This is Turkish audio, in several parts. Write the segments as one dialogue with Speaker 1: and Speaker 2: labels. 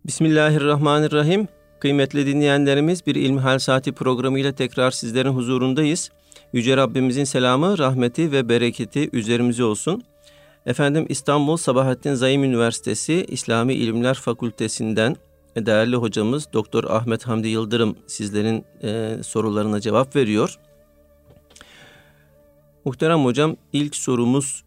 Speaker 1: Bismillahirrahmanirrahim. Kıymetli dinleyenlerimiz, bir İlmihal Saati programıyla tekrar sizlerin huzurundayız. Yüce Rabbimizin selamı, rahmeti ve bereketi üzerimize olsun. Efendim, İstanbul Sabahattin Zaim Üniversitesi İslami İlimler Fakültesinden değerli hocamız Doktor Ahmet Hamdi Yıldırım sizlerin sorularına cevap veriyor. Muhterem hocam, ilk sorumuz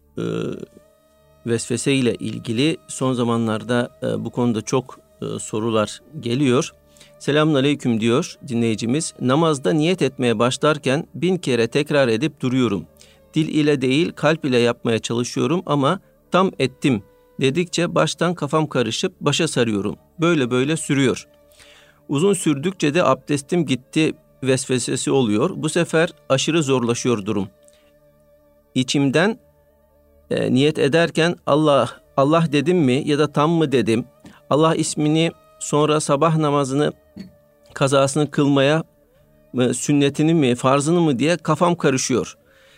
Speaker 1: vesvese ile ilgili. Son zamanlarda bu konuda çok sorular geliyor. Selamünaleyküm diyor dinleyicimiz. Namazda niyet etmeye başlarken 1000 kere tekrar edip duruyorum. Dil ile değil kalp ile yapmaya çalışıyorum ama tam ettim dedikçe baştan kafam karışıp başa sarıyorum. Böyle sürüyor. Uzun sürdükçe de abdestim gitti vesvesesi oluyor. Bu sefer aşırı zorlaşıyor durum. İçimden niyet ederken Allah dedim mi ya da tam mı dedim? Allah ismini sonra sabah namazını kazasını kılmaya mı, sünnetini mi, farzını mı diye kafam karışıyor.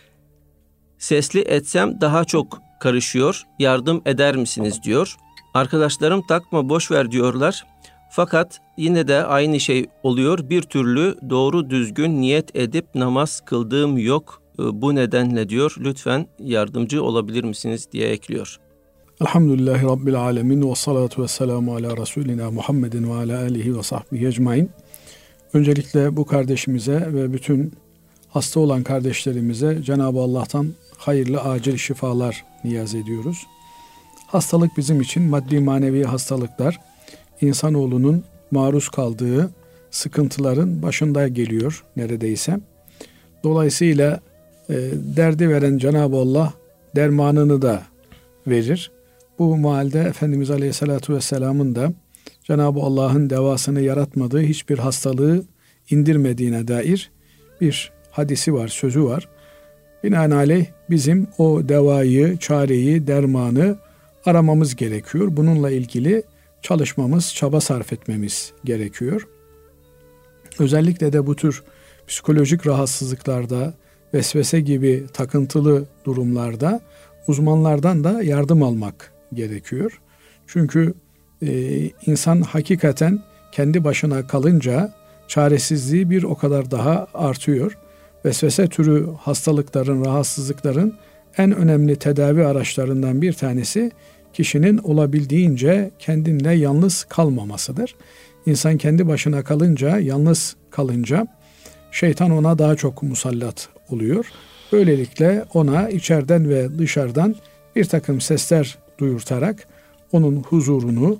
Speaker 1: Sesli etsem daha çok karışıyor. Yardım eder misiniz diyor. Arkadaşlarım takma boş ver diyorlar. Fakat yine de aynı şey oluyor. Bir türlü doğru düzgün niyet edip namaz kıldığım yok. Bu nedenle diyor. Lütfen yardımcı olabilir misiniz diye ekliyor.
Speaker 2: Elhamdülillahi Rabbil alemin ve salatu ve selamu ala Resulina Muhammedin ve ala alihi ve sahbihi ecmain. Öncelikle bu kardeşimize ve bütün hasta olan kardeşlerimize Cenab-ı Allah'tan hayırlı acil şifalar niyaz ediyoruz. Hastalık bizim için maddi manevi hastalıklar, insanoğlunun maruz kaldığı sıkıntıların başında geliyor neredeyse. Dolayısıyla derdi veren Cenab-ı Allah dermanını da verir. Bu mealde Efendimiz Aleyhisselatü Vesselam'ın da Cenab-ı Allah'ın devasını yaratmadığı hiçbir hastalığı indirmediğine dair bir hadisi var, sözü var. Binaenaleyh bizim o devayı, çareyi, dermanı aramamız gerekiyor. Bununla ilgili çalışmamız, çaba sarf etmemiz gerekiyor. Özellikle de bu tür psikolojik rahatsızlıklarda, vesvese gibi takıntılı durumlarda uzmanlardan da yardım almak gerekiyor. Çünkü insan hakikaten kendi başına kalınca çaresizliği bir o kadar daha artıyor. Vesvese türü hastalıkların, rahatsızlıkların en önemli tedavi araçlarından bir tanesi kişinin olabildiğince kendinle yalnız kalmamasıdır. İnsan kendi başına kalınca, yalnız kalınca şeytan ona daha çok musallat oluyor. Böylelikle ona içeriden ve dışarıdan bir takım sesler duyurtarak onun huzurunu,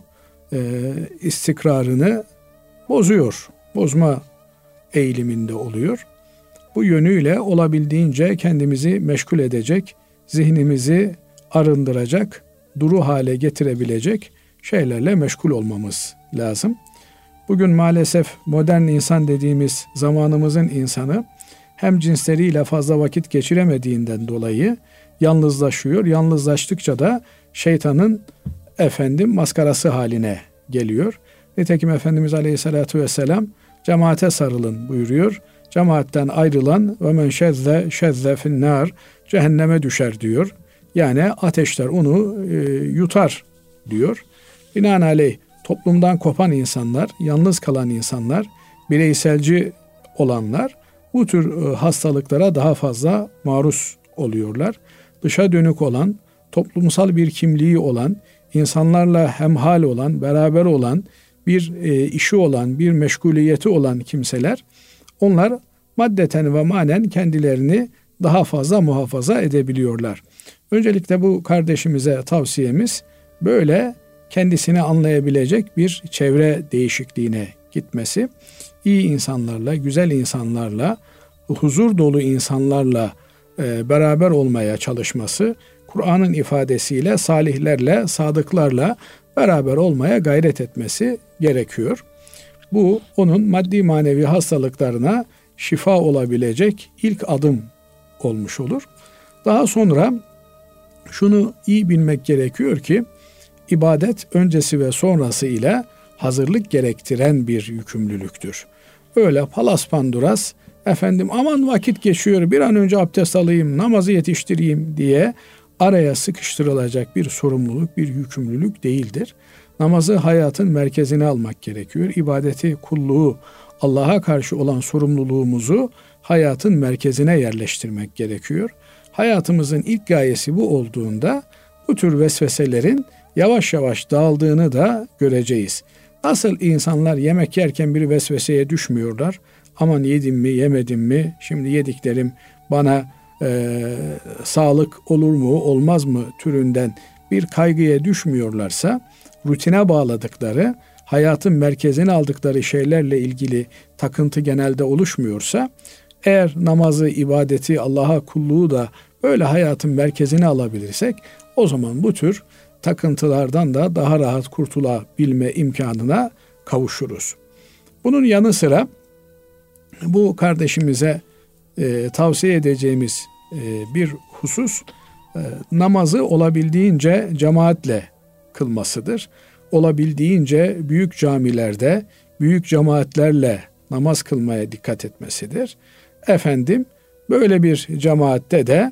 Speaker 2: istikrarını bozuyor. Bozma eğiliminde oluyor. Bu yönüyle olabildiğince kendimizi meşgul edecek, zihnimizi arındıracak, duru hale getirebilecek şeylerle meşgul olmamız lazım. Bugün maalesef modern insan dediğimiz zamanımızın insanı hem cinsleriyle fazla vakit geçiremediğinden dolayı yalnızlaşıyor. Yalnızlaştıkça da şeytanın maskarası haline geliyor. Nitekim Efendimiz Aleyhisselatü Vesselam cemaate sarılın buyuruyor. Cemaatten ayrılan ve men şezze finnâr cehenneme düşer diyor. Yani ateşler onu yutar diyor. Binaenaleyh toplumdan kopan insanlar, yalnız kalan insanlar, bireyselci olanlar bu tür hastalıklara daha fazla maruz oluyorlar. Dışa dönük olan, toplumsal bir kimliği olan, insanlarla hemhal olan, beraber olan, bir işi olan, bir meşguliyeti olan kimseler, onlar maddeten ve manen kendilerini daha fazla muhafaza edebiliyorlar. Öncelikle bu kardeşimize tavsiyemiz böyle kendisini anlayabilecek bir çevre değişikliğine gitmesi, iyi insanlarla, güzel insanlarla, huzur dolu insanlarla beraber olmaya çalışması, Kur'an'ın ifadesiyle salihlerle, sadıklarla beraber olmaya gayret etmesi gerekiyor. Bu onun maddi manevi hastalıklarına şifa olabilecek ilk adım olmuş olur. Daha sonra şunu iyi bilmek gerekiyor ki ibadet öncesi ve sonrası ile hazırlık gerektiren bir yükümlülüktür. Öyle palas panduras aman vakit geçiyor bir an önce abdest alayım, namazı yetiştireyim diye araya sıkıştırılacak bir sorumluluk, bir yükümlülük değildir. Namazı hayatın merkezine almak gerekiyor. İbadeti, kulluğu, Allah'a karşı olan sorumluluğumuzu hayatın merkezine yerleştirmek gerekiyor. Hayatımızın ilk gayesi bu olduğunda bu tür vesveselerin yavaş yavaş dağıldığını da göreceğiz. Nasıl insanlar yemek yerken bir vesveseye düşmüyorlar? Aman yedim mi, yemedim mi? Şimdi yediklerim bana sağlık olur mu, olmaz mı türünden bir kaygıya düşmüyorlarsa, rutine bağladıkları, hayatın merkezine aldıkları şeylerle ilgili takıntı genelde oluşmuyorsa, eğer namazı, ibadeti, Allah'a kulluğu da böyle hayatın merkezine alabilirsek, o zaman bu tür takıntılardan da daha rahat kurtulabilme imkanına kavuşuruz. Bunun yanı sıra bu kardeşimize tavsiye edeceğimiz bir husus, namazı olabildiğince cemaatle kılmasıdır. Olabildiğince büyük camilerde, büyük cemaatlerle namaz kılmaya dikkat etmesidir. Böyle bir cemaatte de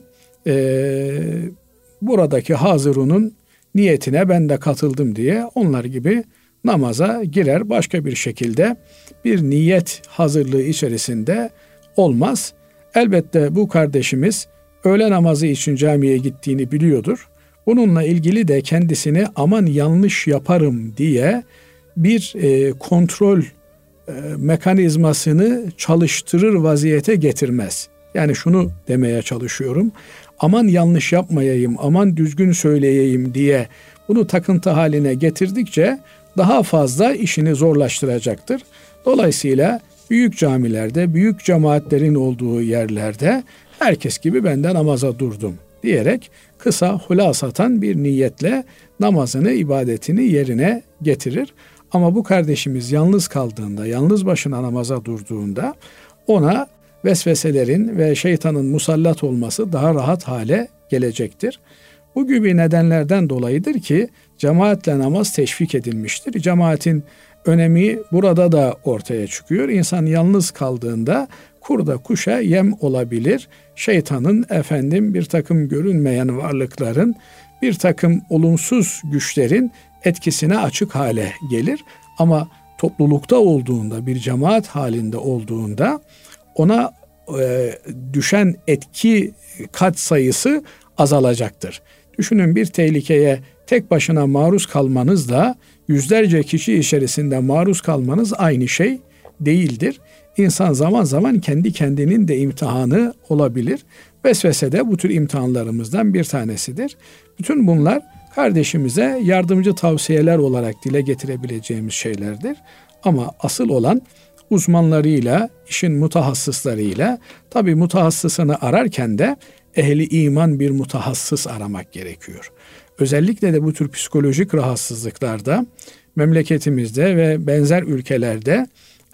Speaker 2: buradaki hazırunun niyetine ben de katıldım diye onlar gibi namaza girer, başka bir şekilde bir niyet hazırlığı içerisinde olmaz. Elbette bu kardeşimiz öğle namazı için camiye gittiğini biliyordur. Bununla ilgili de kendisini aman yanlış yaparım diye bir kontrol mekanizmasını çalıştırır vaziyete getirmez. Yani şunu demeye çalışıyorum. Aman yanlış yapmayayım, aman düzgün söyleyeyim diye bunu takıntı haline getirdikçe daha fazla işini zorlaştıracaktır. Dolayısıyla büyük camilerde, büyük cemaatlerin olduğu yerlerde herkes gibi ben de namaza durdum diyerek kısa, hulasatan bir niyetle namazını, ibadetini yerine getirir. Ama bu kardeşimiz yalnız kaldığında, yalnız başına namaza durduğunda ona vesveselerin ve şeytanın musallat olması daha rahat hale gelecektir. Bu gibi nedenlerden dolayıdır ki cemaatle namaz teşvik edilmiştir. Cemaatin önemi burada da ortaya çıkıyor. İnsan yalnız kaldığında kurda kuşa yem olabilir. Şeytanın, bir takım görünmeyen varlıkların, bir takım olumsuz güçlerin etkisine açık hale gelir. Ama toplulukta olduğunda, bir cemaat halinde olduğunda ona düşen etki kat sayısı azalacaktır. Düşünün, bir tehlikeye tek başına maruz kalmanızla yüzlerce kişi içerisinde maruz kalmanız aynı şey değildir. İnsan zaman zaman kendi kendinin de imtihanı olabilir. Vesvese de bu tür imtihanlarımızdan bir tanesidir. Bütün bunlar kardeşimize yardımcı tavsiyeler olarak dile getirebileceğimiz şeylerdir. Ama asıl olan uzmanlarıyla, işin mutahassıslarıyla, tabii mutahassısını ararken de ehli iman bir mutahassıs aramak gerekiyor. Özellikle de bu tür psikolojik rahatsızlıklarda memleketimizde ve benzer ülkelerde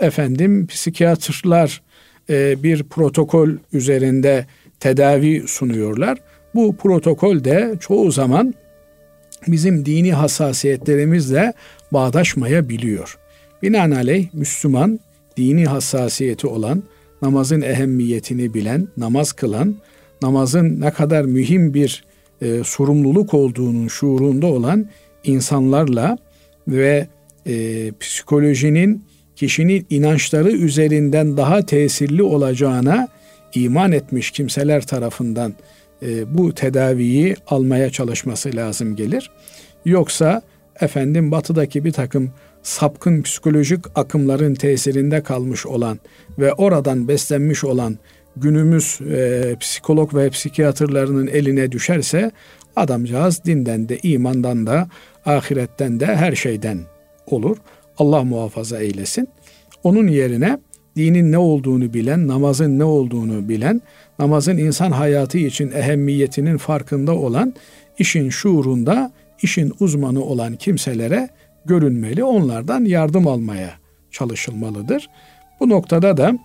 Speaker 2: psikiyatrlar bir protokol üzerinde tedavi sunuyorlar. Bu protokol de çoğu zaman bizim dini hassasiyetlerimizle bağdaşmayabiliyor. Binaenaleyh Müslüman, dini hassasiyeti olan, namazın ehemmiyetini bilen, namaz kılan, namazın ne kadar mühim bir sorumluluk olduğunun şuurunda olan insanlarla ve psikolojinin kişinin inançları üzerinden daha tesirli olacağına iman etmiş kimseler tarafından bu tedaviyi almaya çalışması lazım gelir. Yoksa batıdaki bir takım sapkın psikolojik akımların tesirinde kalmış olan ve oradan beslenmiş olan günümüz psikolog ve psikiyatrlarının eline düşerse adamcağız dinden de, imandan da, ahiretten de, her şeyden olur. Allah muhafaza eylesin. Onun yerine dinin ne olduğunu bilen, namazın ne olduğunu bilen, namazın insan hayatı için ehemmiyetinin farkında olan, işin şuurunda, işin uzmanı olan kimselere görünmeli, onlardan yardım almaya çalışılmalıdır. Bu noktada da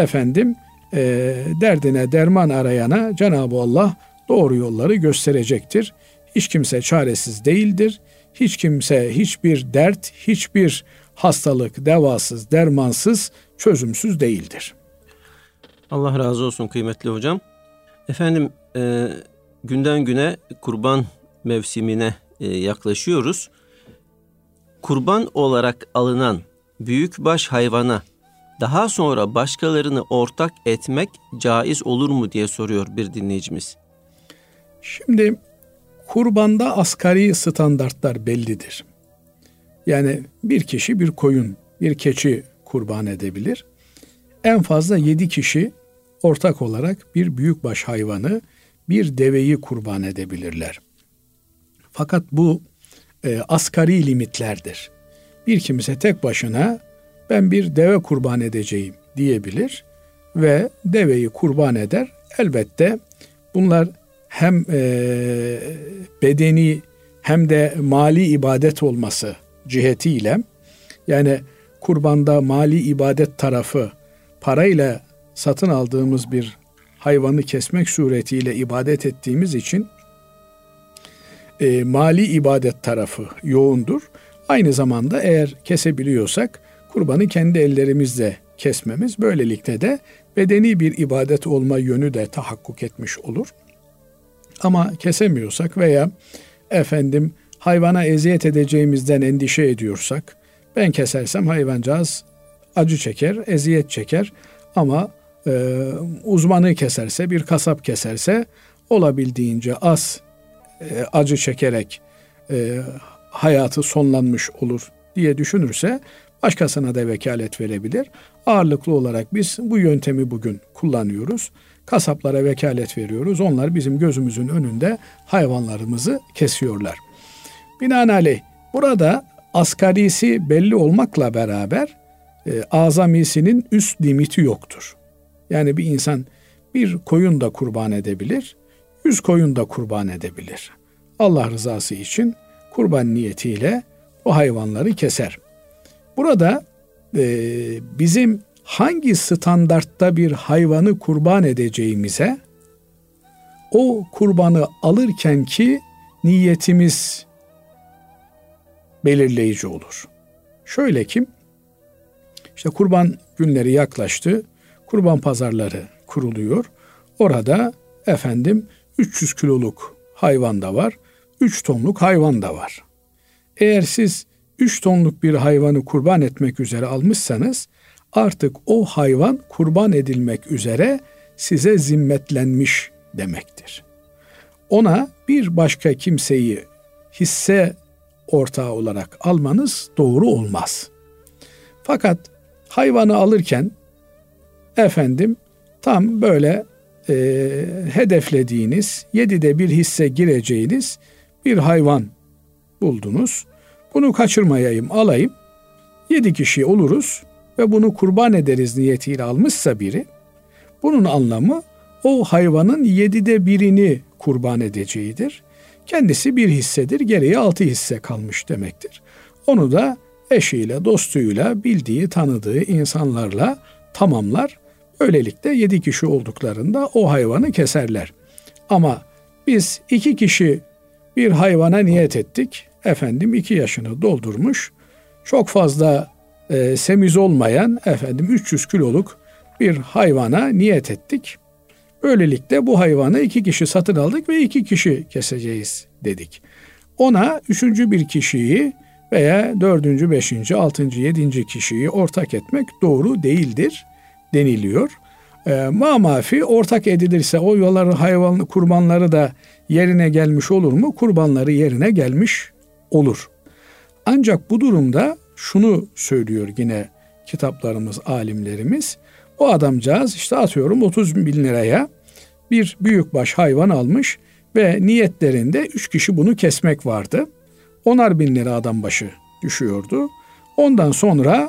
Speaker 2: derdine derman arayana Cenab-ı Allah doğru yolları gösterecektir. Hiç kimse çaresiz değildir. Hiç kimse hiçbir dert, hiçbir hastalık devasız, dermansız, çözümsüz değildir.
Speaker 1: Allah razı olsun kıymetli hocam. Günden güne kurban mevsimine yaklaşıyoruz. kurban olarak alınan büyükbaş hayvana daha sonra başkalarını ortak etmek caiz olur mu diye soruyor bir dinleyicimiz.
Speaker 2: Şimdi kurbanda asgari standartlar bellidir. Yani bir kişi bir koyun, bir keçi kurban edebilir. En fazla 7 kişi ortak olarak bir büyükbaş hayvanı, bir deveyi kurban edebilirler. Fakat bu asgari limitlerdir. Bir kimse tek başına ben bir deve kurban edeceğim diyebilir ve deveyi kurban eder. Elbette bunlar hem bedeni hem de mali ibadet olması cihetiyle, yani kurbanda mali ibadet tarafı parayla satın aldığımız bir hayvanı kesmek suretiyle ibadet ettiğimiz için mali ibadet tarafı yoğundur. Aynı zamanda eğer kesebiliyorsak kurbanı kendi ellerimizle kesmemiz, böylelikle de bedeni bir ibadet olma yönü de tahakkuk etmiş olur. Ama kesemiyorsak veya hayvana eziyet edeceğimizden endişe ediyorsak, ben kesersem hayvancağız acı çeker, eziyet çeker ama uzmanı keserse, bir kasap keserse olabildiğince az acı çekerek hayatı sonlanmış olur diye düşünürse başkasına da vekalet verebilir. Ağırlıklı olarak biz bu yöntemi bugün kullanıyoruz. Kasaplara vekalet veriyoruz. Onlar bizim gözümüzün önünde hayvanlarımızı kesiyorlar. Binaenaleyh burada asgarisi belli olmakla beraber azamisinin üst limiti yoktur. Yani bir insan bir koyun da kurban edebilir, 100 koyun da kurban edebilir. Allah rızası için kurban niyetiyle o hayvanları keser. Burada bizim hangi standartta bir hayvanı kurban edeceğimize, o kurbanı alırken ki niyetimiz belirleyici olur. Şöyle ki, işte kurban günleri yaklaştı, kurban pazarları kuruluyor. Orada 300 kiloluk hayvan da var, 3 tonluk hayvan da var. Eğer siz 3 tonluk bir hayvanı kurban etmek üzere almışsanız, artık o hayvan kurban edilmek üzere size zimmetlenmiş demektir. Ona bir başka kimseyi hisse ortağı olarak almanız doğru olmaz. Fakat hayvanı alırken tam böyle hedeflediğiniz 7'de 1 hisse gireceğiniz bir hayvan buldunuz. Bunu kaçırmayayım, alayım. 7 kişi oluruz ve bunu kurban ederiz niyetiyle almışsa biri, bunun anlamı o hayvanın 7'de 1'ini kurban edeceğidir. Kendisi bir hissedir, geriye 6 hisse kalmış demektir. Onu da eşiyle, dostuyla, bildiği, tanıdığı insanlarla tamamlar. Böylelikle 7 kişi olduklarında o hayvanı keserler. Ama biz 2 kişi bir hayvana niyet ettik. 2 yaşını doldurmuş, çok fazla semiz olmayan 300 kiloluk bir hayvana niyet ettik. Böylelikle bu hayvanı 2 kişi satın aldık ve 2 kişi keseceğiz dedik. Ona 3. bir kişiyi veya 4., 5., 6., 7. kişiyi ortak etmek doğru değildir deniliyor. Mamafi ortak edilirse o yolları, hayvan kurbanları da yerine gelmiş olur mu? Kurbanları yerine gelmiş olur. Ancak bu durumda şunu söylüyor yine kitaplarımız, alimlerimiz. O adamcağız 30 bin liraya bir büyükbaş hayvan almış ve niyetlerinde 3 kişi bunu kesmek vardı. 10'ar bin lira adam başı düşüyordu. Ondan sonra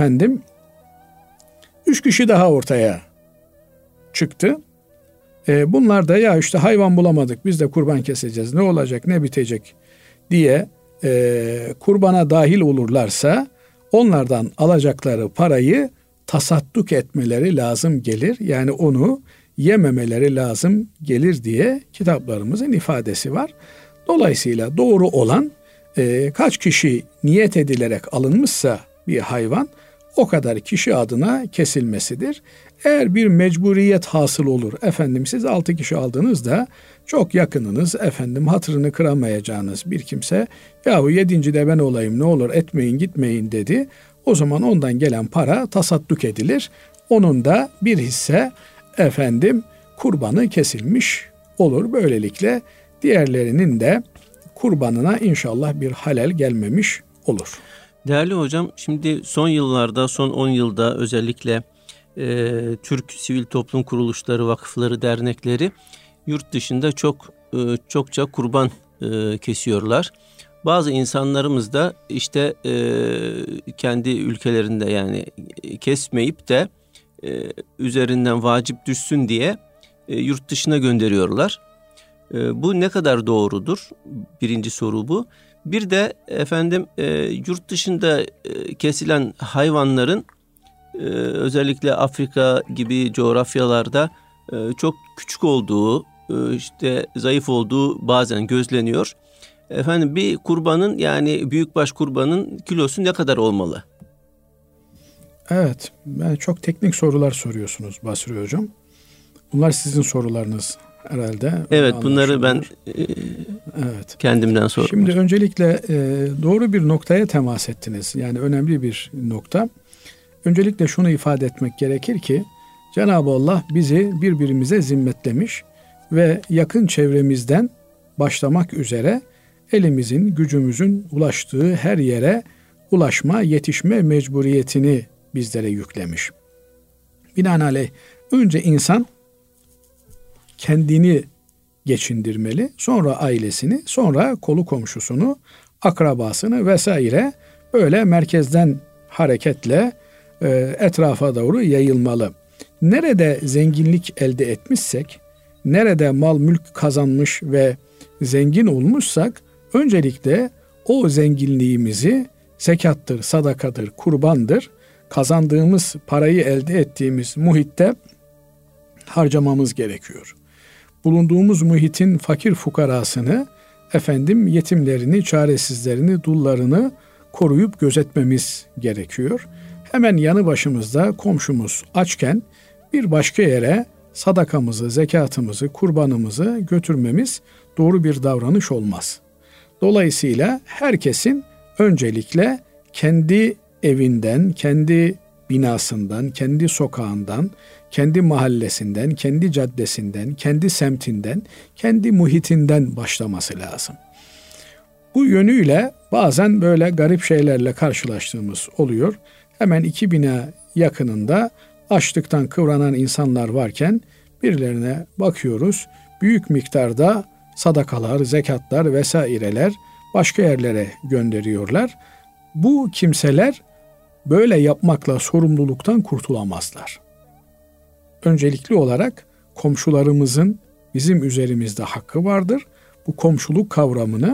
Speaker 2: 3 kişi daha ortaya çıktı. Bunlar da hayvan bulamadık, biz de kurban keseceğiz, ne olacak ne bitecek diye kurbana dahil olurlarsa onlardan alacakları parayı tasadduk etmeleri lazım gelir. Yani onu yememeleri lazım gelir diye kitaplarımızın ifadesi var. Dolayısıyla doğru olan kaç kişi niyet edilerek alınmışsa bir hayvan, o kadar kişi adına kesilmesidir. Eğer bir mecburiyet hasıl olur, efendim siz 6 kişi aldığınızda çok yakınınız, efendim hatırını kıramayacağınız bir kimse, yahu 7. de ben olayım ne olur etmeyin gitmeyin dedi. O zaman ondan gelen para tasadduk edilir. Onun da bir hisse efendim kurbanı kesilmiş olur. Böylelikle diğerlerinin de kurbanına inşallah bir halel gelmemiş olur.
Speaker 1: Değerli hocam, şimdi son yıllarda, son 10 yılda özellikle Türk sivil toplum kuruluşları, vakıfları, dernekleri yurt dışında çokça kurban kesiyorlar. Bazı insanlarımız da işte kendi ülkelerinde yani kesmeyip de üzerinden vacip düşsün diye yurt dışına gönderiyorlar. Bu ne kadar doğrudur? Birinci soru bu. Bir de efendim yurt dışında kesilen hayvanların özellikle Afrika gibi coğrafyalarda çok küçük olduğu, işte zayıf olduğu bazen gözleniyor. Efendim bir kurbanın yani büyükbaş kurbanın kilosu ne kadar olmalı?
Speaker 2: Evet, çok teknik sorular soruyorsunuz Basri Hocam. Bunlar sizin sorularınız herhalde.
Speaker 1: Evet, bunları ben kendimden sordum.
Speaker 2: Şimdi öncelikle doğru bir noktaya temas ettiniz. Yani önemli bir nokta. Öncelikle şunu ifade etmek gerekir ki Cenab-ı Allah bizi birbirimize zimmetlemiş ve yakın çevremizden başlamak üzere elimizin, gücümüzün ulaştığı her yere ulaşma, yetişme mecburiyetini bizlere yüklemiş. Binaenaleyh önce insan kendini geçindirmeli, sonra ailesini, sonra kolu komşusunu, akrabasını vesaire böyle merkezden hareketle etrafa doğru yayılmalı. Nerede zenginlik elde etmişsek, nerede mal mülk kazanmış ve zengin olmuşsak, öncelikle o zenginliğimizi zekattır, sadakadır, kurbandır, kazandığımız parayı elde ettiğimiz muhitte harcamamız gerekiyor. Bulunduğumuz muhitin fakir fukarasını, yetimlerini, çaresizlerini, dullarını koruyup gözetmemiz gerekiyor. Hemen yanı başımızda komşumuz açken bir başka yere sadakamızı, zekatımızı, kurbanımızı götürmemiz doğru bir davranış olmaz. Dolayısıyla herkesin öncelikle kendi evinden, kendi binasından, kendi sokağından, kendi mahallesinden, kendi caddesinden, kendi semtinden, kendi muhitinden başlaması lazım. Bu yönüyle bazen böyle garip şeylerle karşılaştığımız oluyor. Hemen 2 bina yakınında açlıktan kıvranan insanlar varken birilerine bakıyoruz. Büyük miktarda sadakalar, zekatlar vesaireler başka yerlere gönderiyorlar. Bu kimseler böyle yapmakla sorumluluktan kurtulamazlar. Öncelikli olarak komşularımızın bizim üzerimizde hakkı vardır. Bu komşuluk kavramını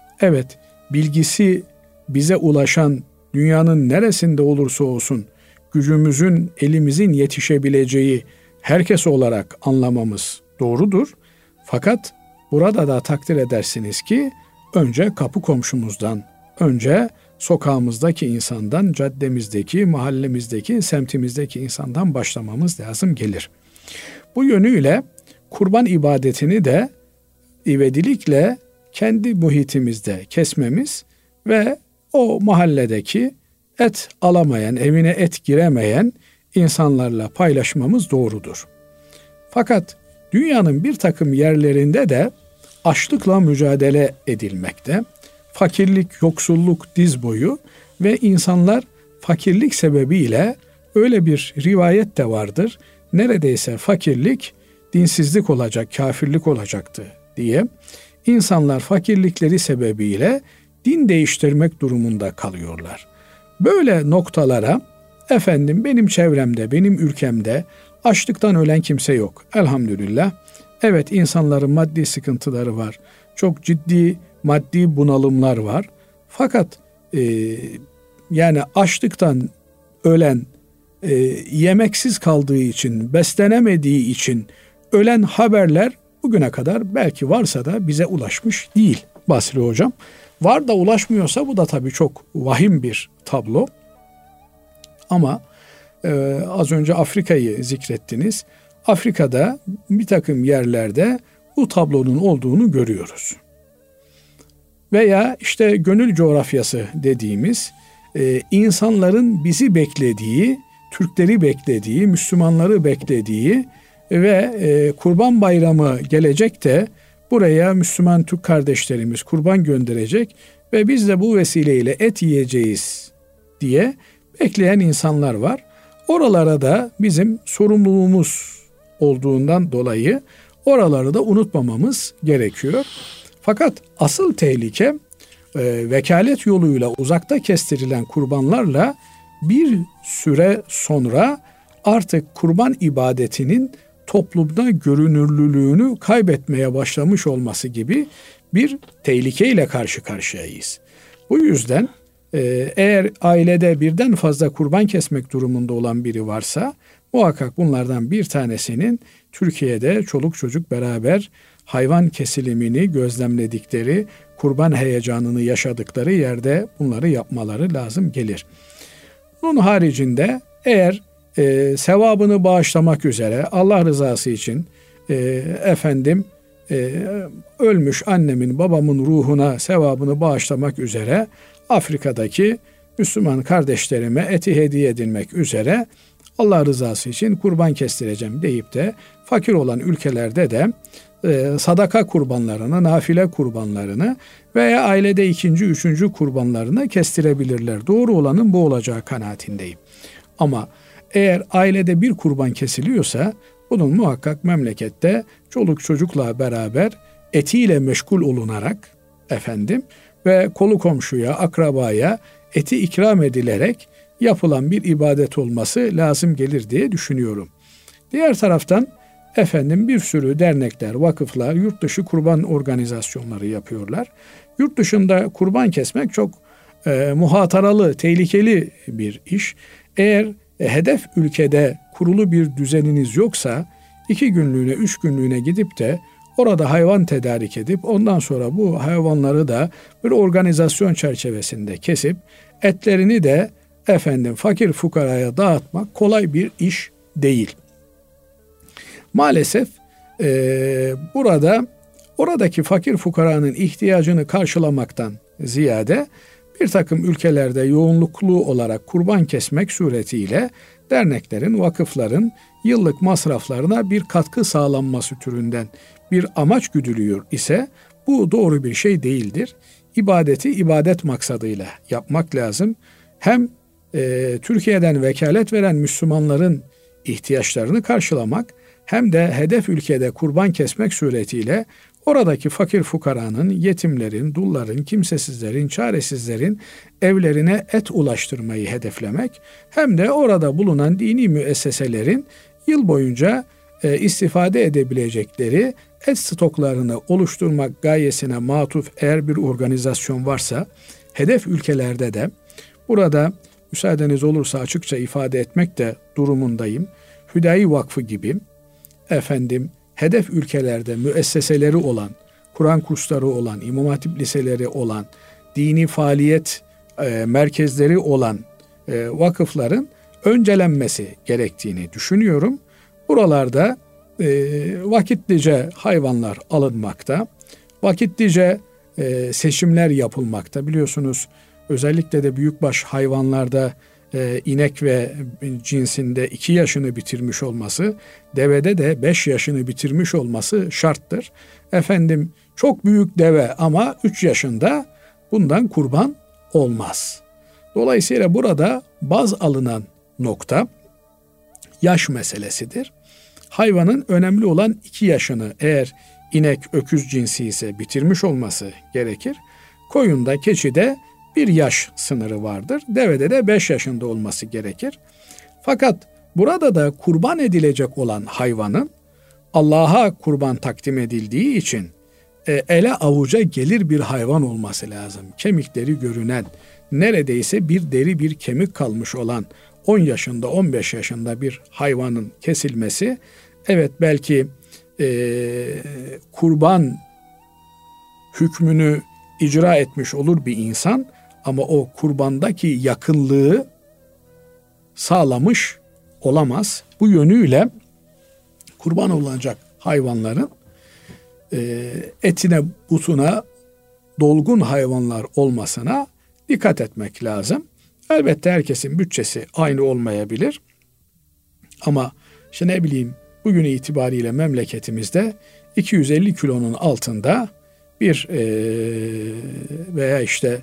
Speaker 2: bilgisi bize ulaşan dünyanın neresinde olursa olsun gücümüzün, elimizin yetişebileceği herkes olarak anlamamız doğrudur. Fakat burada da takdir edersiniz ki önce kapı komşumuzdan, önce sokağımızdaki insandan, caddemizdeki, mahallemizdeki, semtimizdeki insandan başlamamız lazım gelir. Bu yönüyle kurban ibadetini de ivedilikle kendi muhitimizde kesmemiz ve o mahalledeki et alamayan, evine et giremeyen insanlarla paylaşmamız doğrudur. Fakat dünyanın bir takım yerlerinde de açlıkla mücadele edilmekte. Fakirlik, yoksulluk diz boyu ve insanlar fakirlik sebebiyle öyle bir rivayet de vardır. Neredeyse fakirlik dinsizlik olacak, kafirlik olacaktı diye insanlar fakirlikleri sebebiyle din değiştirmek durumunda kalıyorlar. Böyle noktalara benim çevremde, benim ülkemde açlıktan ölen kimse yok. Elhamdülillah. Evet, insanların maddi sıkıntıları var. Çok ciddi maddi bunalımlar var. Fakat yani açlıktan ölen, yemeksiz kaldığı için, beslenemediği için ölen haberler bugüne kadar belki varsa da bize ulaşmış değil Basri Hocam. Var da ulaşmıyorsa bu da tabii çok vahim bir tablo. Ama az önce Afrika'yı zikrettiniz. Afrika'da bir takım yerlerde bu tablonun olduğunu görüyoruz. Veya işte gönül coğrafyası dediğimiz insanların bizi beklediği, Türkleri beklediği, Müslümanları beklediği ve Kurban Bayramı gelecek de buraya Müslüman Türk kardeşlerimiz kurban gönderecek ve biz de bu vesileyle et yiyeceğiz diye bekleyen insanlar var. Oralara da bizim sorumluluğumuz olduğundan dolayı oraları da unutmamamız gerekiyor. Fakat asıl tehlike vekalet yoluyla uzakta kestirilen kurbanlarla bir süre sonra artık kurban ibadetinin toplumda görünürlülüğünü kaybetmeye başlamış olması gibi bir tehlikeyle karşı karşıyayız. Bu yüzden eğer ailede birden fazla kurban kesmek durumunda olan biri varsa muhakkak bunlardan bir tanesinin Türkiye'de çoluk çocuk beraber hayvan kesilimini gözlemledikleri, kurban heyecanını yaşadıkları yerde bunları yapmaları lazım gelir. Bunun haricinde eğer sevabını bağışlamak üzere Allah rızası için ölmüş annemin babamın ruhuna sevabını bağışlamak üzere Afrika'daki Müslüman kardeşlerime eti hediye edilmek üzere Allah rızası için kurban kestireceğim deyip de fakir olan ülkelerde de sadaka kurbanlarını, nafile kurbanlarını veya ailede ikinci, üçüncü kurbanlarını kestirebilirler. Doğru olanın bu olacağı kanaatindeyim. Ama eğer ailede bir kurban kesiliyorsa bunun muhakkak memlekette çoluk çocukla beraber etiyle meşgul olunarak ve kolu komşuya, akrabaya eti ikram edilerek yapılan bir ibadet olması lazım gelir diye düşünüyorum. Diğer taraftan bir sürü dernekler, vakıflar, yurt dışı kurban organizasyonları yapıyorlar. Yurt dışında kurban kesmek çok muhataralı, tehlikeli bir iş. Eğer hedef ülkede kurulu bir düzeniniz yoksa 2 günlüğüne, 3 günlüğüne gidip de orada hayvan tedarik edip ondan sonra bu hayvanları da bir organizasyon çerçevesinde kesip etlerini de fakir fukaraya dağıtmak kolay bir iş değil. Maalesef oradaki fakir fukaranın ihtiyacını karşılamaktan ziyade bir takım ülkelerde yoğunluklu olarak kurban kesmek suretiyle derneklerin, vakıfların yıllık masraflarına bir katkı sağlanması türünden bir amaç güdülüyor ise bu doğru bir şey değildir. İbadeti ibadet maksadıyla yapmak lazım. Hem Türkiye'den vekalet veren Müslümanların ihtiyaçlarını karşılamak hem de hedef ülkede kurban kesmek suretiyle oradaki fakir fukaranın, yetimlerin, dulların, kimsesizlerin, çaresizlerin evlerine et ulaştırmayı hedeflemek hem de orada bulunan dini müesseselerin yıl boyunca istifade edebilecekleri et stoklarını oluşturmak gayesine matuf eğer bir organizasyon varsa hedef ülkelerde de burada müsaadeniz olursa açıkça ifade etmek de durumundayım. Hüdayi Vakfı gibi hedef ülkelerde müesseseleri olan, Kur'an kursları olan, İmam Hatip liseleri olan, dini faaliyet merkezleri olan vakıfların öncelenmesi gerektiğini düşünüyorum. Buralarda vakitlice hayvanlar alınmakta, vakitlice seçimler yapılmakta. Biliyorsunuz özellikle de büyükbaş hayvanlarda inek ve cinsinde 2 yaşını bitirmiş olması, devede de 5 yaşını bitirmiş olması şarttır. Çok büyük deve ama 3 yaşında bundan kurban olmaz. Dolayısıyla burada baz alınan nokta yaş meselesidir. Hayvanın önemli olan 2 yaşını eğer inek, öküz cinsi ise bitirmiş olması gerekir. Koyunda, keçide 1 yaş sınırı vardır. Devede de 5 yaşında olması gerekir. Fakat burada da kurban edilecek olan hayvanın Allah'a kurban takdim edildiği için ele avuca gelir bir hayvan olması lazım. Kemikleri görünen, neredeyse bir deri bir kemik kalmış olan 10 yaşında 15 yaşında bir hayvanın kesilmesi belki kurban hükmünü icra etmiş olur bir insan ama o kurbandaki yakınlığı sağlamış olamaz. Bu yönüyle kurban olacak hayvanların etine, butuna dolgun hayvanlar olmasına dikkat etmek lazım. Elbette herkesin bütçesi aynı olmayabilir. Ama işte ne bileyim, bugün itibariyle memleketimizde 250 kilonun altında bir veya işte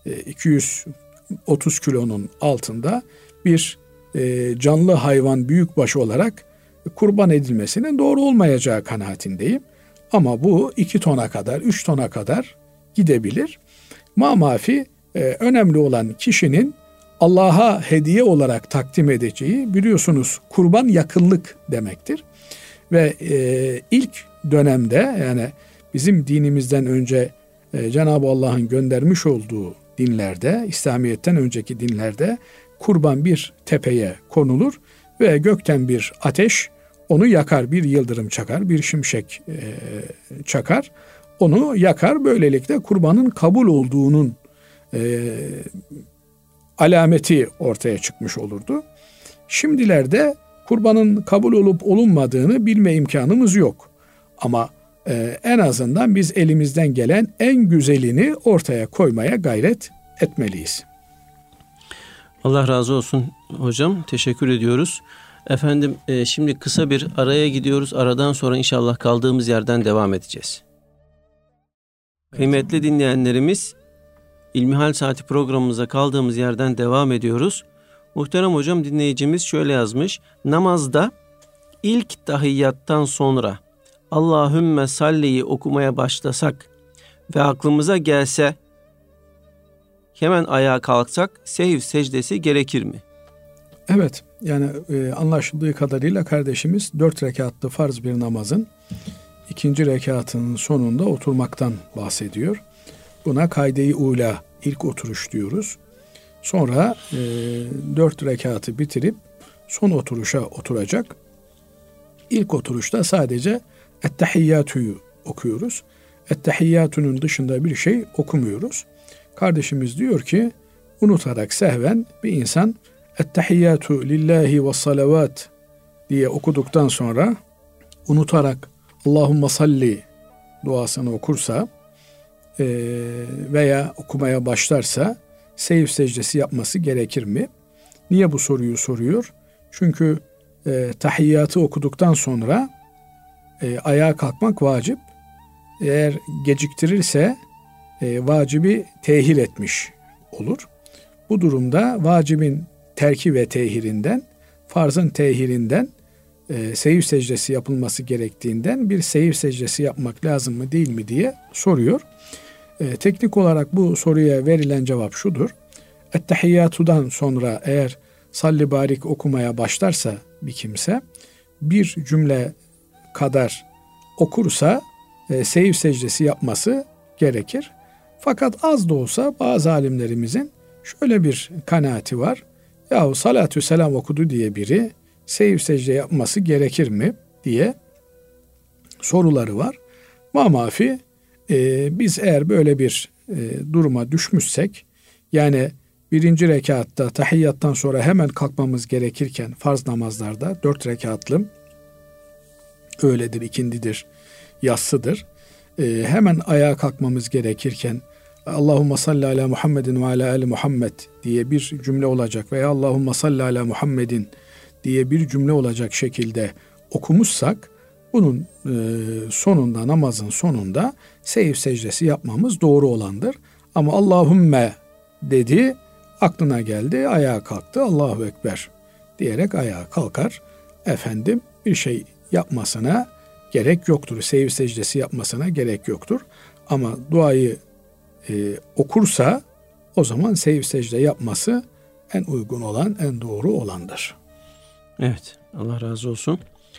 Speaker 2: 230 kilonun altında bir canlı hayvan büyükbaş olarak kurban edilmesinin doğru olmayacağı kanaatindeyim. Ama bu 2 tona kadar, 3 tona kadar gidebilir. Mamafi önemli olan kişinin Allah'a hediye olarak takdim edeceği, biliyorsunuz kurban yakınlık demektir. Ve ilk dönemde, yani bizim dinimizden önce Cenab-ı Allah'ın göndermiş olduğu dinlerde, İslamiyet'ten önceki dinlerde kurban bir tepeye konulur ve gökten bir ateş onu yakar, bir yıldırım çakar, bir şimşek çakar, onu yakar. Böylelikle kurbanın kabul olduğunun alameti ortaya çıkmış olurdu. Şimdilerde kurbanın kabul olup olunmadığını bilme imkanımız yok. Ama en azından biz elimizden gelen en güzelini ortaya koymaya gayret etmeliyiz.
Speaker 1: Allah razı olsun hocam. Teşekkür ediyoruz. Efendim şimdi kısa bir araya gidiyoruz. Aradan sonra inşallah kaldığımız yerden devam edeceğiz. Kıymetli dinleyenlerimiz, İlmihal Saati programımıza kaldığımız yerden devam ediyoruz. Muhterem hocam, dinleyicimiz şöyle yazmış. Namazda ilk tahiyyattan sonra Allahümme salli'yi okumaya başlasak ve aklımıza gelse hemen ayağa kalksak sehv secdesi gerekir mi?
Speaker 2: Evet, yani anlaşıldığı kadarıyla kardeşimiz 4 rekatlı farz bir namazın 2. rekatının sonunda oturmaktan bahsediyor. Buna kaide-i ula, ilk oturuş diyoruz. Sonra 4 rekatı bitirip son oturuşa oturacak. İlk oturuşta sadece ettehiyyatü'yü okuyoruz. Ettehiyyatü'nün dışında bir şey okumuyoruz. Kardeşimiz diyor ki, unutarak sehven bir insan ettehiyyatü lillahi ve salavat diye okuduktan sonra unutarak Allahümme salli duasını okursa veya okumaya başlarsa sehv secdesi yapması gerekir mi? Niye bu soruyu soruyor? Çünkü tahiyyatı okuduktan sonra ayağa kalkmak vacip. Eğer geciktirirse vacibi tehir etmiş olur. Bu durumda vacibin terki ve tehirinden, farzın tehirinden, sehv secdesi yapılması gerektiğinden bir sehv secdesi yapmak lazım mı değil mi diye soruyor. Teknik olarak bu soruya verilen cevap şudur. Ettehiyyatudan sonra eğer salli barik okumaya başlarsa bir kimse, bir cümle kadar okursa sehv secdesi yapması gerekir. Fakat az da olsa bazı alimlerimizin şöyle bir kanaati var. Yahu salatü selam okudu diye biri sehv secde yapması gerekir mi diye soruları var. Mamafi biz eğer böyle bir duruma düşmüşsek, yani 1. rekatta tahiyyattan sonra hemen kalkmamız gerekirken farz namazlarda 4 rekatlı öğledir, ikindidir, yatsıdır. Hemen ayağa kalkmamız gerekirken Allahümme salli ala Muhammedin ve ala ali Muhammed diye bir cümle olacak veya Allahümme salli ala Muhammedin diye bir cümle olacak şekilde okumuşsak bunun sonunda, namazın sonunda sehv secdesi yapmamız doğru olandır. Ama Allahümme dedi, aklına geldi, ayağa kalktı, Allahu Ekber diyerek ayağa kalkar. Efendim bir şey yapmasına gerek yoktur. Sehv secdesi yapmasına gerek yoktur. Ama duayı okursa o zaman sehv secde yapması en uygun olan, en doğru olandır.
Speaker 1: Evet, Allah razı olsun.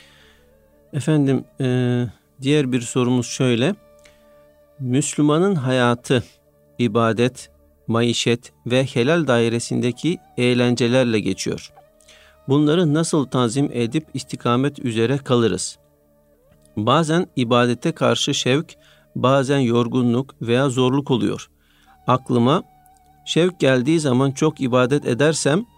Speaker 1: Efendim diğer bir sorumuz şöyle. Müslümanın hayatı, ibadet, maişet ve helal dairesindeki eğlencelerle geçiyor. Bunları nasıl tanzim edip istikamet üzere kalırız? Bazen ibadete karşı şevk, bazen yorgunluk veya zorluk oluyor. Aklıma şevk geldiği zaman çok ibadet edersem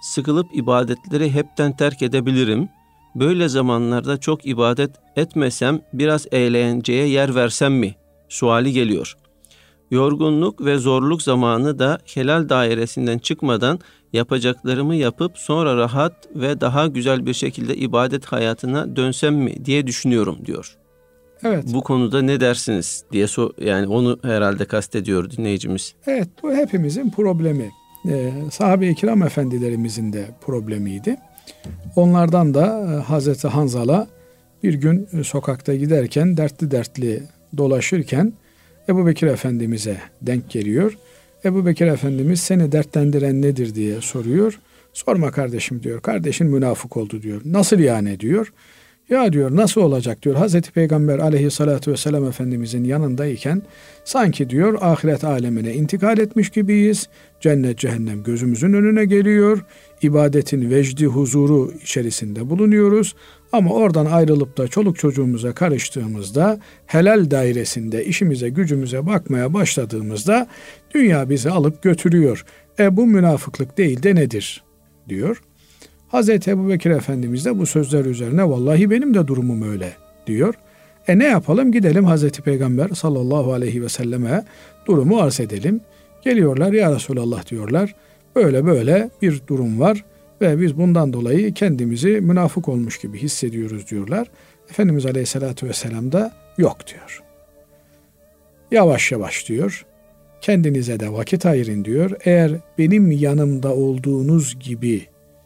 Speaker 1: sıkılıp ibadetleri hepten terk edebilirim. Böyle zamanlarda çok ibadet etmesem, biraz eğlenceye yer versem mi? Suali geliyor. Yorgunluk ve zorluk zamanı da helal dairesinden çıkmadan yapacaklarımı yapıp sonra rahat ve daha güzel bir şekilde ibadet hayatına dönsem mi diye düşünüyorum diyor.
Speaker 2: Evet.
Speaker 1: Bu konuda ne dersiniz diye yani onu herhalde kastediyor dinleyicimiz.
Speaker 2: Evet, bu hepimizin problemi. Sahabe-i kiram efendilerimizin de problemiydi. Onlardan da Hazreti Hanzala bir gün sokakta giderken dertli dolaşırken Ebu Bekir Efendimiz'e denk geliyor. Ebu Bekir Efendimiz seni dertlendiren nedir diye soruyor. Sorma kardeşim diyor. Kardeşin münafık oldu diyor. Nasıl yani diyor. Ya diyor nasıl olacak diyor. Hazreti Peygamber aleyhissalatu vesselam Efendimizin yanındayken sanki diyor ahiret alemine intikal etmiş gibiyiz. Cennet cehennem gözümüzün önüne geliyor. İbadetin vecdi huzuru içerisinde bulunuyoruz. Ama oradan ayrılıp da çoluk çocuğumuza karıştığımızda helal dairesinde işimize gücümüze bakmaya başladığımızda dünya bizi alıp götürüyor. Bu münafıklık değil de nedir diyor. Hazreti Ebubekir Efendimiz de bu sözler üzerine vallahi benim de durumum öyle diyor. Ne yapalım gidelim Hazreti Peygamber sallallahu aleyhi ve selleme durumu arz edelim. Geliyorlar ya Resulallah diyorlar. Böyle bir durum var ve biz bundan dolayı kendimizi münafık olmuş gibi hissediyoruz diyorlar. Efendimiz aleyhissalatü vesselam da yok diyor. Yavaş yavaş diyor. Kendinize de vakit ayırın diyor. Eğer benim yanımda olduğunuz gibi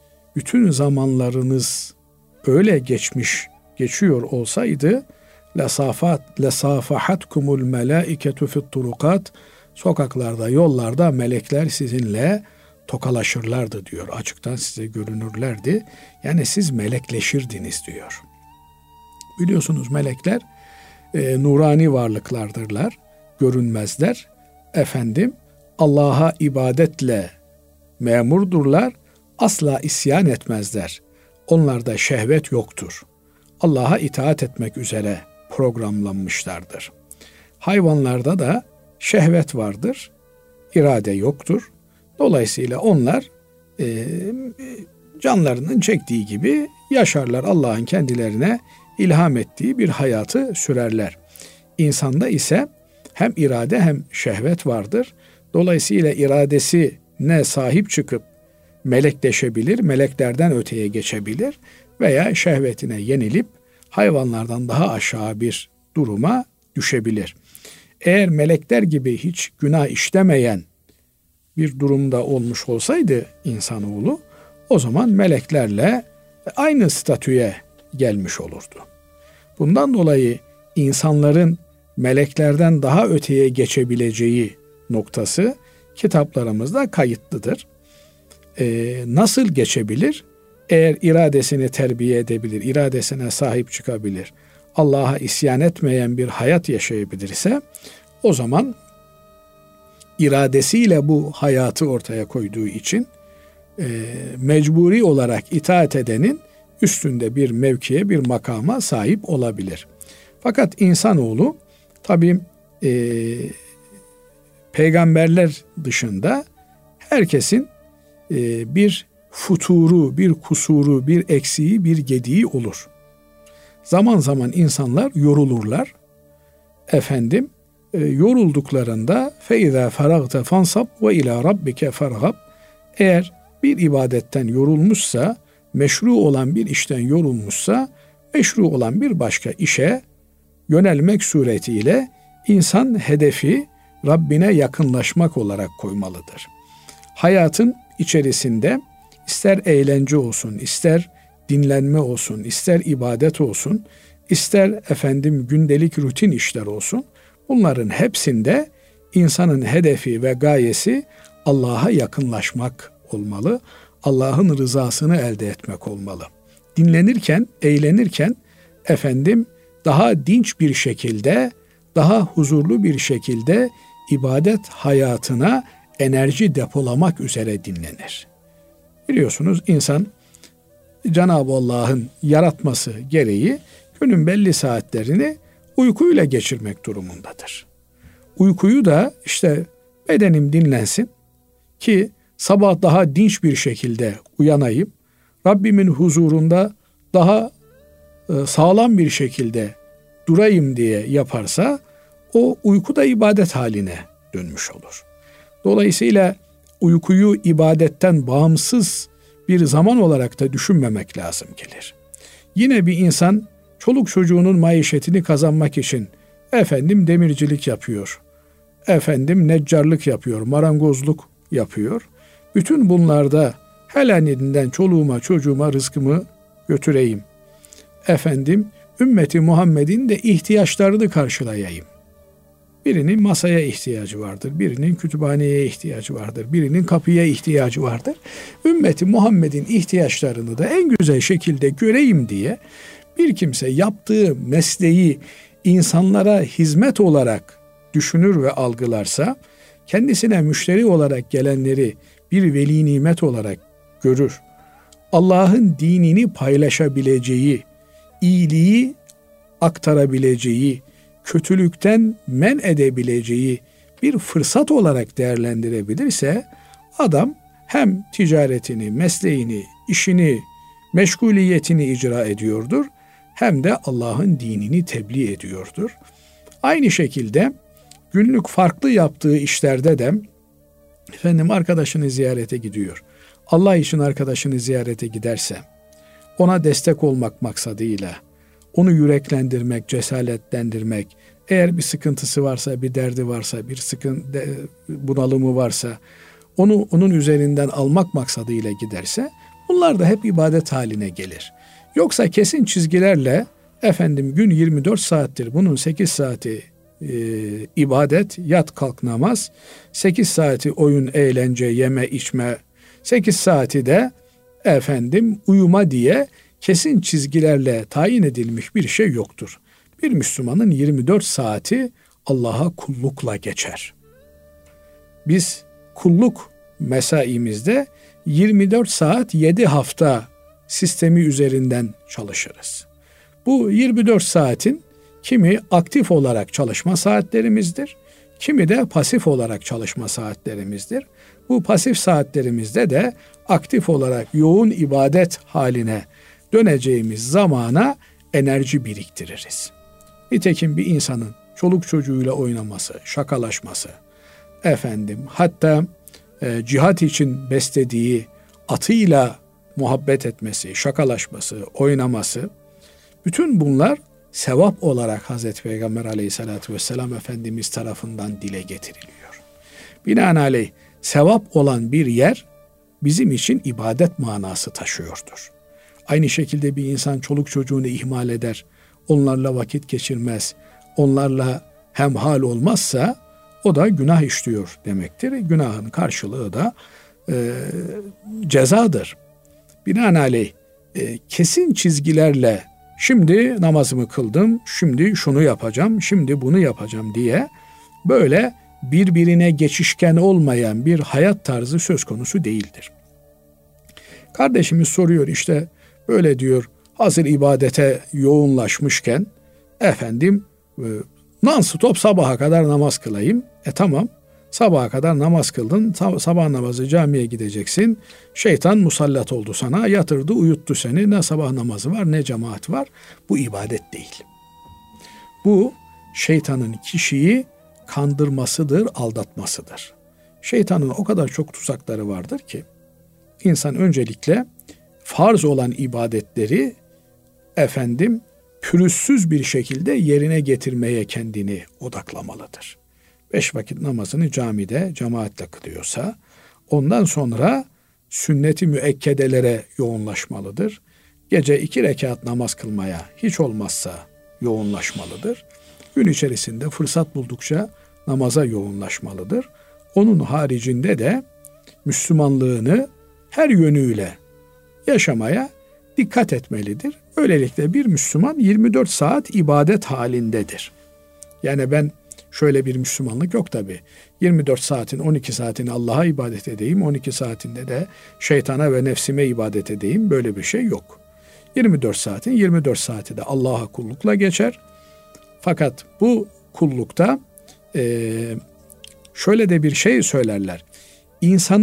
Speaker 2: bütün zamanlarınız öyle geçiyor olsaydı lesafahatkumul melaiketu fit turukat, sokaklarda, yollarda melekler sizinle tokalaşırlardı diyor. Açıktan size görünürlerdi. Yani siz melekleşirdiniz diyor. Biliyorsunuz melekler nurani varlıklardırlar. Görünmezler. Allah'a ibadetle memurdurlar. Asla isyan etmezler. Onlarda şehvet yoktur. Allah'a itaat etmek üzere programlanmışlardır. Hayvanlarda da şehvet vardır. İrade yoktur. Dolayısıyla onlar canlarının çektiği gibi yaşarlar. Allah'ın kendilerine ilham ettiği bir hayatı sürerler. İnsanda ise hem irade hem şehvet vardır. Dolayısıyla iradesine sahip çıkıp melekleşebilir, meleklerden öteye geçebilir veya şehvetine yenilip hayvanlardan daha aşağı bir duruma düşebilir. Eğer melekler gibi hiç günah işlemeyen bir durumda olmuş olsaydı insanoğlu, o zaman meleklerle aynı statüye gelmiş olurdu. Bundan dolayı insanların meleklerden daha öteye geçebileceği noktası kitaplarımızda kayıtlıdır. Nasıl geçebilir? Eğer iradesini terbiye edebilir, iradesine sahip çıkabilir, Allah'a isyan etmeyen bir hayat yaşayabilirse, o zaman iradesiyle bu hayatı ortaya koyduğu için mecburi olarak itaat edenin üstünde bir mevkiye, bir makama sahip olabilir. Fakat insanoğlu tabii peygamberler dışında herkesin bir futuru, bir kusuru, bir eksiği, bir gediği olur. Zaman zaman insanlar yorulurlar. Yorulduklarında فَاِذَا فَرَغْتَ فَانْصَبْ وَاِلَى رَبِّكَ فَرْغَبْ. Eğer bir ibadetten yorulmuşsa, meşru olan bir işten yorulmuşsa, meşru olan bir başka işe yönelmek suretiyle insan hedefi Rabbine yakınlaşmak olarak koymalıdır. Hayatın içerisinde ister eğlence olsun, ister dinlenme olsun, ister ibadet olsun, ister gündelik rutin işler olsun, bunların hepsinde insanın hedefi ve gayesi Allah'a yakınlaşmak olmalı. Allah'ın rızasını elde etmek olmalı. Dinlenirken, eğlenirken daha dinç bir şekilde, daha huzurlu bir şekilde ibadet hayatına enerji depolamak üzere dinlenir. Biliyorsunuz insan Cenab-ı Allah'ın yaratması gereği günün belli saatlerini uykuyla geçirmek durumundadır. Uykuyu da bedenim dinlensin ki sabah daha dinç bir şekilde uyanayım, Rabbimin huzurunda daha sağlam bir şekilde durayım diye yaparsa o uyku da ibadet haline dönmüş olur. Dolayısıyla uykuyu ibadetten bağımsız bir zaman olarak da düşünmemek lazım gelir. Yine bir insan çoluk çocuğunun maişetini kazanmak için demircilik yapıyor, neccarlık yapıyor, marangozluk yapıyor. Bütün bunlarda helalinden çoluğuma çocuğuma rızkımı götüreyim. Ümmeti Muhammed'in de ihtiyaçlarını karşılayayım. Birinin masaya ihtiyacı vardır, birinin kütüphaneye ihtiyacı vardır, birinin kapıya ihtiyacı vardır. Ümmeti Muhammed'in ihtiyaçlarını da en güzel şekilde göreyim diye bir kimse yaptığı mesleği insanlara hizmet olarak düşünür ve algılarsa, kendisine müşteri olarak gelenleri bir veli nimet olarak görür. Allah'ın dinini paylaşabileceği, iyiliği aktarabileceği, kötülükten men edebileceği bir fırsat olarak değerlendirebilirse, adam hem ticaretini, mesleğini, işini, meşguliyetini icra ediyordur, hem de Allah'ın dinini tebliğ ediyordur. Aynı şekilde günlük farklı yaptığı işlerde de arkadaşını ziyarete gidiyor. Allah için arkadaşını ziyarete giderse, ona destek olmak maksadıyla, onu yüreklendirmek, cesaretlendirmek, eğer bir sıkıntısı varsa, bir derdi varsa, bir bunalımı varsa, onun üzerinden almak maksadıyla giderse, bunlar da hep ibadet haline gelir. Yoksa kesin çizgilerle, gün 24 saattir, bunun 8 saati ibadet, yat kalk namaz, 8 saati oyun, eğlence, yeme, içme, 8 saati de uyuma diye kesin çizgilerle tayin edilmiş bir şey yoktur. Bir Müslümanın 24 saati Allah'a kullukla geçer. Biz kulluk mesaimizde 24 saat 7 hafta sistemi üzerinden çalışırız. Bu 24 saatin kimi aktif olarak çalışma saatlerimizdir, kimi de pasif olarak çalışma saatlerimizdir. Bu pasif saatlerimizde de aktif olarak yoğun ibadet haline döneceğimiz zamana enerji biriktiririz. Nitekim bir insanın çoluk çocuğuyla oynaması, şakalaşması, hatta cihat için beslediği atıyla muhabbet etmesi, şakalaşması, oynaması, bütün bunlar sevap olarak Hazreti Peygamber Aleyhisselatü Vesselam Efendimiz tarafından dile getiriliyor. Binaenaleyh sevap olan bir yer bizim için ibadet manası taşıyordur. Aynı şekilde bir insan çoluk çocuğunu ihmal eder, onlarla vakit geçirmez, onlarla hemhal olmazsa o da günah işliyor demektir. Günahın karşılığı da cezadır. Binaenaleyh kesin çizgilerle şimdi namazımı kıldım, şimdi şunu yapacağım, şimdi bunu yapacağım diye böyle birbirine geçişken olmayan bir hayat tarzı söz konusu değildir. Kardeşimiz soruyor, işte böyle diyor, hazır ibadete yoğunlaşmışken non-stop sabaha kadar namaz kılayım. Tamam, sabaha kadar namaz kıldın, sabah namazı camiye gideceksin. Şeytan musallat oldu sana, yatırdı, uyuttu seni. Ne sabah namazı var, ne cemaat var. Bu ibadet değil. Bu şeytanın kişiyi kandırmasıdır, aldatmasıdır. Şeytanın o kadar çok tuzakları vardır ki, insan öncelikle farz olan ibadetleri pürüzsüz bir şekilde yerine getirmeye kendini odaklamalıdır. 5 vakit namazını camide cemaatle kılıyorsa, ondan sonra sünnet-i müekkedelere yoğunlaşmalıdır. Gece 2 rekat namaz kılmaya hiç olmazsa yoğunlaşmalıdır. Gün içerisinde fırsat buldukça namaza yoğunlaşmalıdır. Onun haricinde de Müslümanlığını her yönüyle yaşamaya dikkat etmelidir. Böylelikle bir Müslüman 24 saat ibadet halindedir. Yani ben şöyle bir Müslümanlık yok tabii. 24 saatin 12 saatini Allah'a ibadet edeyim, 12 saatinde de şeytana ve nefsime ibadet edeyim. Böyle bir şey yok. 24 saatin 24 saati de Allah'a kullukla geçer. Fakat bu kullukta şöyle de bir şey söylerler. İnsanın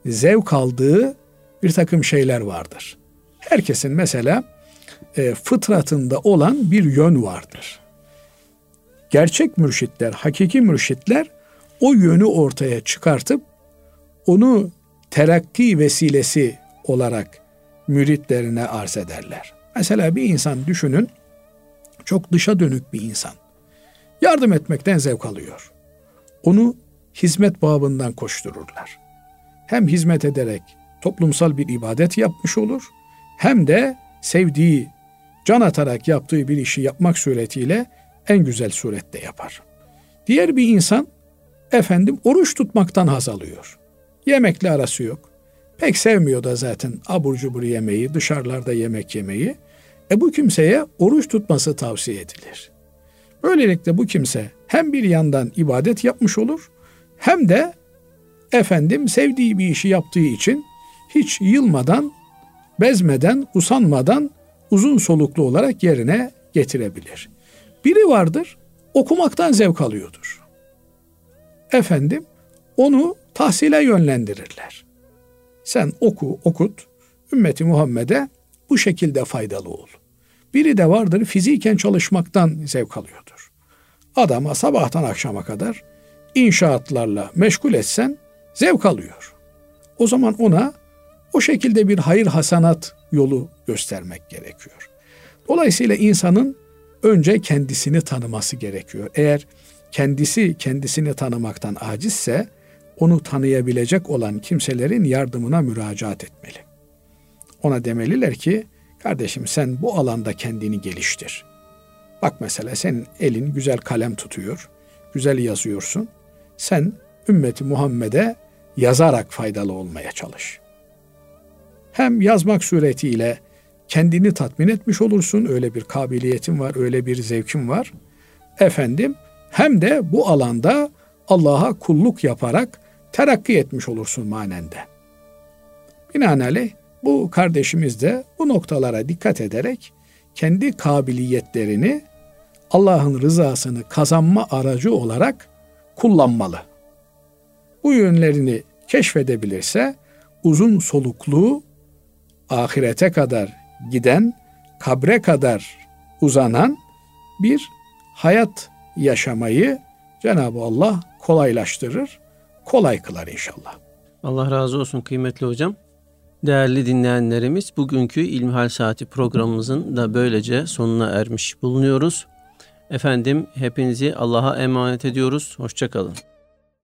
Speaker 2: zevk aldığı bir takım şeyler vardır. Herkesin mesela fıtratında olan bir yön vardır. Gerçek mürşitler, hakiki mürşitler o yönü ortaya çıkartıp onu terakki vesilesi olarak müritlerine arz ederler. Mesela bir insan düşünün, çok dışa dönük bir insan. Yardım etmekten zevk alıyor. Onu hizmet babından koştururlar. Hem hizmet ederek toplumsal bir ibadet yapmış olur, hem de sevdiği, can atarak yaptığı bir işi yapmak suretiyle en güzel surette yapar. Diğer bir insan, oruç tutmaktan haz alıyor. Yemekle arası yok. Pek sevmiyor da zaten abur cubur yemeği, dışarılarda yemek yemeyi. Bu kimseye oruç tutması tavsiye edilir. Böylelikle bu kimse hem bir yandan ibadet yapmış olur, hem de sevdiği bir işi yaptığı için hiç yılmadan, bezmeden, usanmadan uzun soluklu olarak yerine getirebilir. Biri vardır, okumaktan zevk alıyordur. Onu tahsile yönlendirirler. Sen okut, ümmeti Muhammed'e bu şekilde faydalı ol. Biri de vardır, fiziken çalışmaktan zevk alıyordur. Adama sabahtan akşama kadar inşaatlarla meşgul etsen zevk alıyor. O zaman ona o şekilde bir hayır hasanat yolu göstermek gerekiyor. Dolayısıyla insanın önce kendisini tanıması gerekiyor. Eğer kendisi kendisini tanımaktan acizse onu tanıyabilecek olan kimselerin yardımına müracaat etmeli. Ona demeliler ki, kardeşim sen bu alanda kendini geliştir. Bak mesela senin elin güzel kalem tutuyor, güzel yazıyorsun. Sen ümmeti Muhammed'e yazarak faydalı olmaya çalış. Hem yazmak suretiyle kendini tatmin etmiş olursun, öyle bir kabiliyetin var, öyle bir zevkin var. Hem de bu alanda Allah'a kulluk yaparak terakki etmiş olursun manende. Binaenaleyh bu kardeşimiz de bu noktalara dikkat ederek kendi kabiliyetlerini Allah'ın rızasını kazanma aracı olarak kullanmalı. Bu yönlerini keşfedebilirse uzun soluklu, ahirete kadar giden, kabre kadar uzanan bir hayat yaşamayı Cenab-ı Allah kolaylaştırır, kolay kılar inşallah.
Speaker 1: Allah razı olsun kıymetli hocam. Değerli dinleyenlerimiz, bugünkü İlmihal Saati programımızın da böylece sonuna ermiş bulunuyoruz. Hepinizi Allah'a emanet ediyoruz. Hoşça kalın.